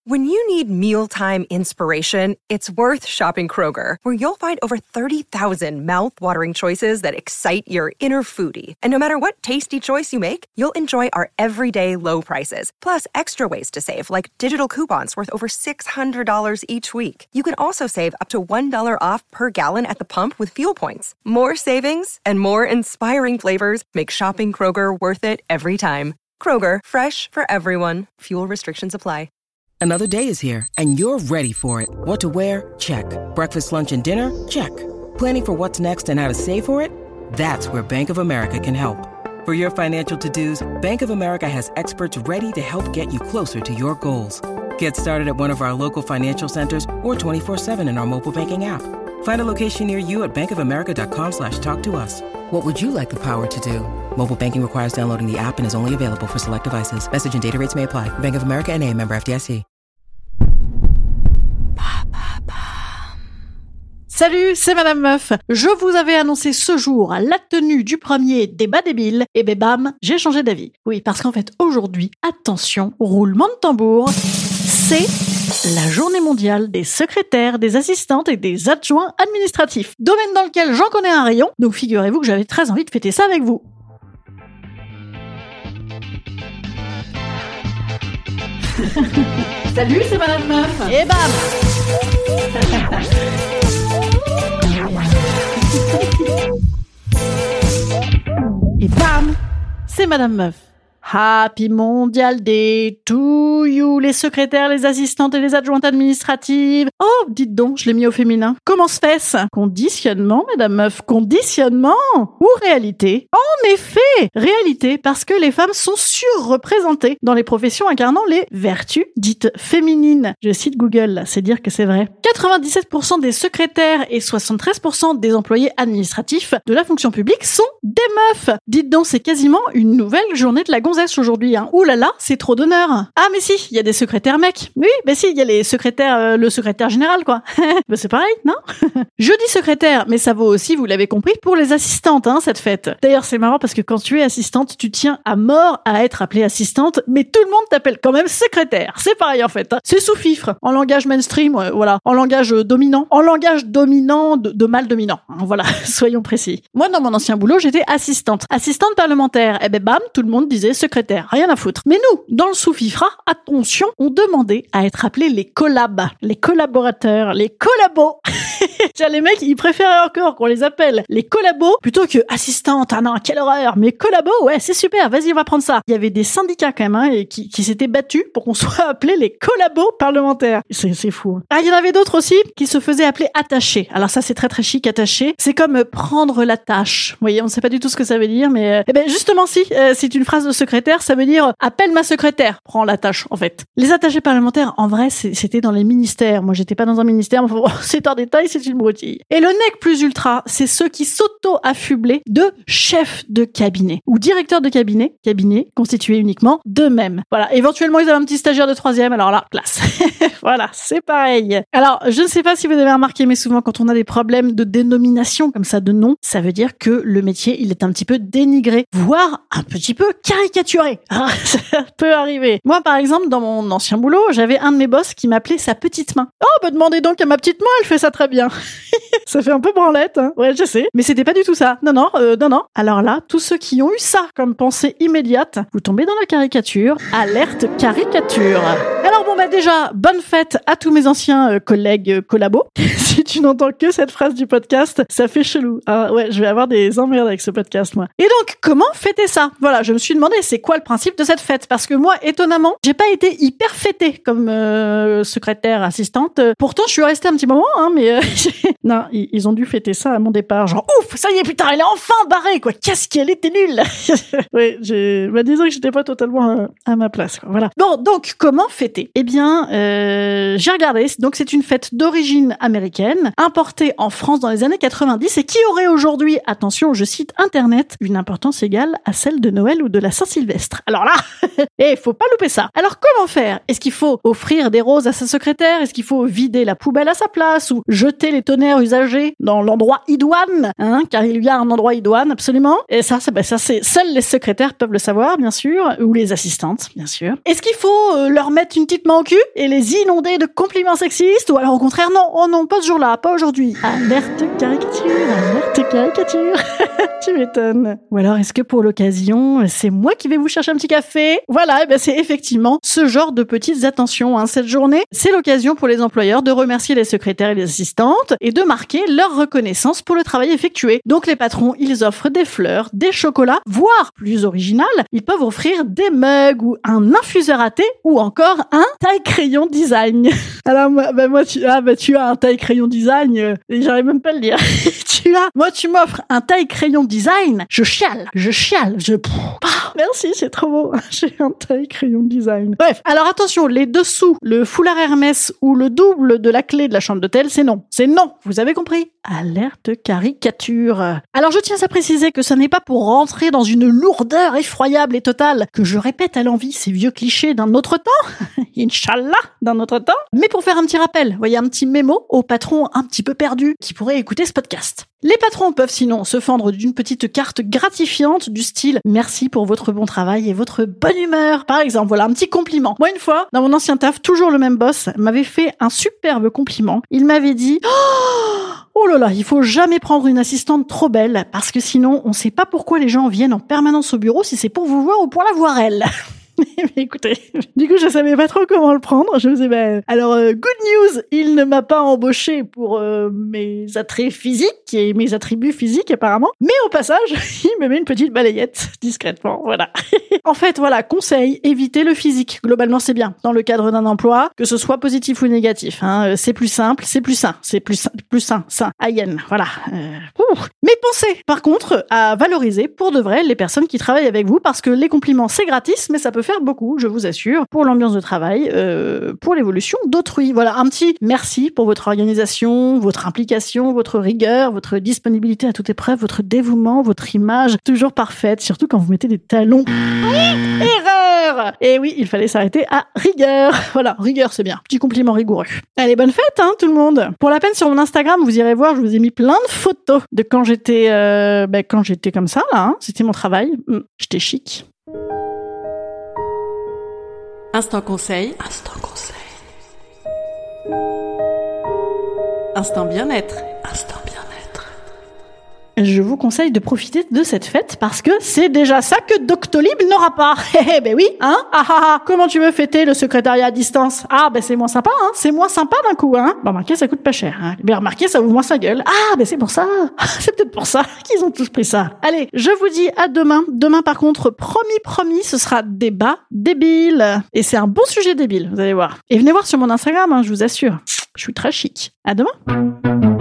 When you need mealtime inspiration, it's worth shopping Kroger, where you'll find over 30,000 mouth-watering choices that excite your inner foodie. And no matter what tasty choice you make, you'll enjoy our everyday low prices, plus extra ways to save, like digital coupons worth over $600 each week. You can also save up to $1 off per gallon at the pump with fuel points. More savings and more inspiring flavors make shopping Kroger worth it every time. Kroger, fresh for everyone. Fuel restrictions apply. Another day is here, and you're ready for it. What to wear? Check. Breakfast, lunch, and dinner? Check. Planning for what's next and how to save for it? That's where Bank of America can help. For your financial to-dos, Bank of America has experts ready to help get you closer to your goals. Get started at one of our local financial centers or 24/7 in our mobile banking app. Find a location near you at bankofamerica.com/talktous. What would you like the power to do? Mobile banking requires downloading the app and is only available for select devices. Message and data rates may apply. Bank of America N.A., member FDIC. Salut, c'est Madame Meuf. Je vous avais annoncé ce jour la tenue du premier débat débile, et ben bam, j'ai changé d'avis. Oui, parce qu'en fait, aujourd'hui, attention, roulement de tambour, c'est la journée mondiale des secrétaires, des assistantes et des adjoints administratifs. Domaine dans lequel j'en connais un rayon, donc figurez-vous que j'avais très envie de fêter ça avec vous. Salut, c'est Madame Meuf. Et bam. Et bam, c'est Madame Meuf. Happy Mondial Day to you, les secrétaires, les assistantes et les adjointes administratives. Oh, dites donc, je l'ai mis au féminin. Comment se fait-ce? Conditionnement, Madame Meuf, conditionnement ou réalité? En effet, réalité, parce que les femmes sont surreprésentées dans les professions incarnant les vertus dites féminines. Je cite Google, là, c'est dire que c'est vrai. 97% des secrétaires et 73% des employés administratifs de la fonction publique sont des meufs. Dites donc, c'est quasiment une nouvelle journée de la gonzesse aujourd'hui, hein. Ouh là là, c'est trop d'honneur. Ah mais si, il y a des secrétaires mecs. Oui, bah si, il y a les secrétaires, le secrétaire général quoi. Bah c'est pareil, non? Je dis secrétaire, mais ça vaut aussi, vous l'avez compris, pour les assistantes, hein, cette fête. D'ailleurs, c'est marrant parce que quand tu es assistante, tu tiens à mort à être appelée assistante, mais tout le monde t'appelle quand même secrétaire. C'est pareil en fait, hein. C'est sous fifre. En langage mainstream, voilà. En langage dominant. En langage dominant de mal dominant. Voilà, soyons précis. Moi, dans mon ancien boulot, j'étais assistante. Assistante parlementaire. Eh ben bam, tout le monde disait secrétaire, rien à foutre. Mais nous, dans le sous-fifra, attention, on demandait à être appelés les collabs, les collaborateurs, les collabos. Tiens, les mecs, ils préfèrent encore qu'on les appelle les collabos plutôt que assistantes. Ah non, quelle horreur. Mais collabos, ouais, c'est super, vas-y, on va prendre ça. Il y avait des syndicats quand même, hein, et qui s'étaient battus pour qu'on soit appelés les collabos parlementaires. C'est fou. Hein. Ah, il y en avait d'autres aussi qui se faisaient appeler attachés. Alors ça, c'est très très chic, attaché. C'est comme prendre la tâche. Vous voyez, on ne sait pas du tout ce que ça veut dire, mais justement, si, c'est une phrase de secrétaire, ça veut dire appelle ma secrétaire, prends la tâche en fait. Les attachés parlementaires, en vrai, c'était dans les ministères. Moi, j'étais pas dans un ministère, mais c'est un détail, c'est une broutille. Et le nec plus ultra, c'est ceux qui s'auto-affublaient de chefs de cabinet ou directeurs de cabinet constitués uniquement d'eux-mêmes. Voilà, éventuellement ils avaient un petit stagiaire de 3e, alors là, classe. Voilà, c'est pareil. Alors, je ne sais pas si vous avez remarqué, mais souvent quand on a des problèmes de dénomination comme ça, de nom, ça veut dire que le métier, il est un petit peu dénigré, voire un petit peu caricaturé. Ça peut arriver. Moi, par exemple, dans mon ancien boulot, j'avais un de mes boss qui m'appelait sa petite main. Oh, bah demandez donc à ma petite main, elle fait ça très bien. Ça fait un peu branlette, hein. Ouais, je sais. Mais c'était pas du tout ça. Non. Alors là, tous ceux qui ont eu ça comme pensée immédiate, vous tombez dans la caricature. Alerte caricature. Alors bon, déjà, bonne fête à tous mes anciens collègues collabos. Si tu n'entends que cette phrase du podcast, ça fait chelou. Ah ouais, je vais avoir des emmerdes avec ce podcast, moi. Et donc, comment fêter ça? Voilà, je me suis demandé, c'est quoi le principe de cette fête? Parce que moi, étonnamment, j'ai pas été hyper fêtée comme secrétaire, assistante. Pourtant, je suis restée un petit moment, hein, mais non, ils ont dû fêter ça à mon départ. Genre, ouf, ça y est, putain, elle est enfin barrée, quoi. Qu'est-ce qu'elle était nulle. Ouais, disons que j'étais pas totalement à ma place, quoi. Voilà. Bon, donc, comment fêter? Eh bien, j'ai regardé. Donc, c'est une fête d'origine américaine. américaine, importée en France dans les années 90 et qui aurait aujourd'hui, attention, je cite Internet, une importance égale à celle de Noël ou de la Saint-Sylvestre. Alors là, faut pas louper ça. Alors comment faire? Est-ce qu'il faut offrir des roses à sa secrétaire? Est-ce qu'il faut vider la poubelle à sa place ou jeter les tonnerres usagés dans l'endroit idoine, car il y a un endroit idoine, absolument. Et ça, c'est seuls les secrétaires peuvent le savoir, bien sûr, ou les assistantes, bien sûr. Est-ce qu'il faut leur mettre une petite main au cul et les inonder de compliments sexistes, ou alors au contraire, non, oh non, pas ce jour-là, pas aujourd'hui. Alerte caricature. Tu m'étonnes. Ou alors, est-ce que pour l'occasion, c'est moi qui vais vous chercher un petit café? Voilà, c'est effectivement ce genre de petites attentions. Cette journée, c'est l'occasion pour les employeurs de remercier les secrétaires et les assistantes et de marquer leur reconnaissance pour le travail effectué. Donc les patrons, ils offrent des fleurs, des chocolats, voire plus original, ils peuvent offrir des mugs ou un infuseur à thé ou encore un taille-crayon design. Alors tu as un taille-crayon design, j'arrive même pas à le dire. Tu m'offres un taille-crayon design, je chiale. Merci, c'est trop beau. J'ai un taille-crayon design. Bref, alors attention, les dessous, le foulard Hermès ou le double de la clé de la chambre d'hôtel, c'est non. C'est non, vous avez compris? Alerte caricature. Alors je tiens à préciser que ce n'est pas pour rentrer dans une lourdeur effroyable et totale que je répète à l'envi ces vieux clichés d'un autre temps, Inch'Allah, d'un autre temps, mais pour faire un petit rappel, voyez, un petit mémo aux patrons un petit peu perdus qui pourraient écouter ce podcast. Les patrons peuvent sinon se fendre d'une petite carte gratifiante du style « Merci pour votre bon travail et votre bonne humeur ». Par exemple, voilà, un petit compliment. Moi, une fois, dans mon ancien taf, toujours le même boss m'avait fait un superbe compliment. Il m'avait dit « Oh là là, il faut jamais prendre une assistante trop belle parce que sinon, on sait pas pourquoi les gens viennent en permanence au bureau, si c'est pour vous voir ou pour la voir elle. » Mais écoutez, du coup, je savais pas trop comment le prendre. Je me disais, alors, good news, il ne m'a pas embauché pour mes attraits physiques et mes attributs physiques, apparemment. Mais au passage, il me met une petite balayette, discrètement, voilà. En fait, voilà, conseil, évitez le physique. Globalement, c'est bien. Dans le cadre d'un emploi, que ce soit positif ou négatif, c'est plus simple, c'est plus sain. C'est plus sain. Aïen, voilà. Mais pensez, par contre, à valoriser pour de vrai les personnes qui travaillent avec vous, parce que les compliments, c'est gratis, mais ça peut faire beaucoup, je vous assure, pour l'ambiance de travail, pour l'évolution d'autrui. Voilà, un petit merci pour votre organisation, votre implication, votre rigueur, votre disponibilité à toute épreuve, votre dévouement, votre image toujours parfaite, surtout quand vous mettez des talons. Erreur! Et oui, il fallait s'arrêter à rigueur. Voilà, rigueur, c'est bien. Petit compliment rigoureux. Allez, bonne fête, tout le monde. Pour la peine, sur mon Instagram, vous irez voir, je vous ai mis plein de photos de quand j'étais comme ça, là. C'était mon travail. J'étais chic. Instant conseil. Instant bien-être. Je vous conseille de profiter de cette fête parce que c'est déjà ça que Doctolib n'aura pas. Ben oui, comment tu veux fêter le secrétariat à distance? C'est moins sympa, c'est moins sympa d'un coup, remarquez, ça coûte pas cher, Mais remarquez, ça ouvre moins sa gueule. C'est pour ça. C'est peut-être pour ça qu'ils ont tous pris ça. Allez, je vous dis à demain. Demain, par contre, promis, ce sera débat débile. Et c'est un bon sujet débile, vous allez voir. Et venez voir sur mon Instagram, je vous assure. Je suis très chic. À demain.